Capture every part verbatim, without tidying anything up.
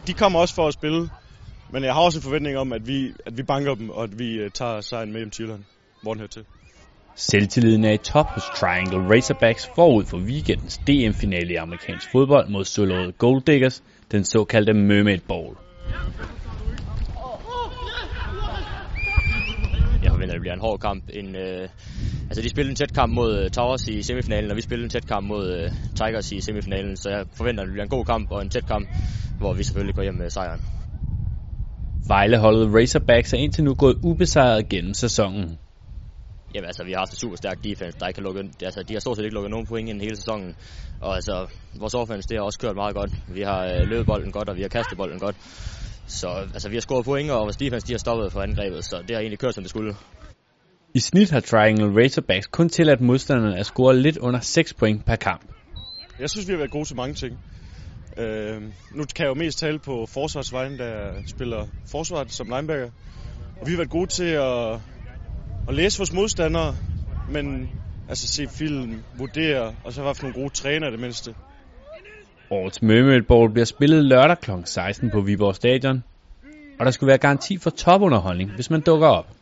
de kommer også for at spille, men jeg har også en forventning om, at vi, at vi banker dem, og at vi uh, tager sejren med hjem til Jylland, hvor den hører til. Selvtilliden er i top hos Triangle Razorbacks forud for weekendens D M-finale i amerikansk fodbold mod Søllerød Gold Diggers, den såkaldte Mermaid Bowl. Jeg forventer, at det bliver en hård kamp. En, øh, altså de spillede en tæt kamp mod uh, Towers i semifinalen, og vi spillede en tæt kamp mod uh, Tigers i semifinalen, så jeg forventer, at det bliver en god kamp og en tæt kamp, hvor vi selvfølgelig går hjem med sejren. Vejle-holdet Razorbacks er indtil nu gået ubesejret gennem sæsonen. Jamen altså, vi har haft en super stærk defense, der ikke kan lukke, altså de har stort set ikke lukket nogen point i hele sæsonen, og altså vores offense, det har også kørt meget godt. Vi har øh, løbet bolden godt, og vi har kastet bolden godt, så altså vi har scoret point, og vores defense, de har stoppet for angrebet, så det har egentlig kørt, som det skulle. I snit har Triangle Razorbacks kun tilladt modstanderne at score lidt under seks point per kamp. Jeg synes, vi har været gode til mange ting. Øh, nu kan jeg jo mest tale på forsvarsvejen, der spiller forsvaret som linebacker, og vi har været gode til at Og læse vores modstandere, men altså se film, vurdere, og så har vi haft nogle gode trænere det mindste. Årets Mermaid Bowl bliver spillet lørdag klokken seksten på Viborg Stadion, og der skulle være garanti for topunderholdning, hvis man dukker op.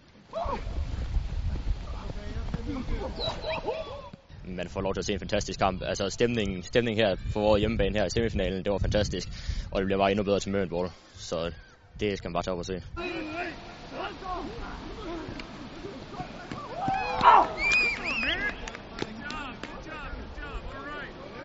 Man får lov til at se en fantastisk kamp. Altså stemningen, stemningen her på vores hjemmebane her i semifinalen, det var fantastisk, og det bliver bare endnu bedre til Mermaid Bowl, så det skal man bare tage op og se.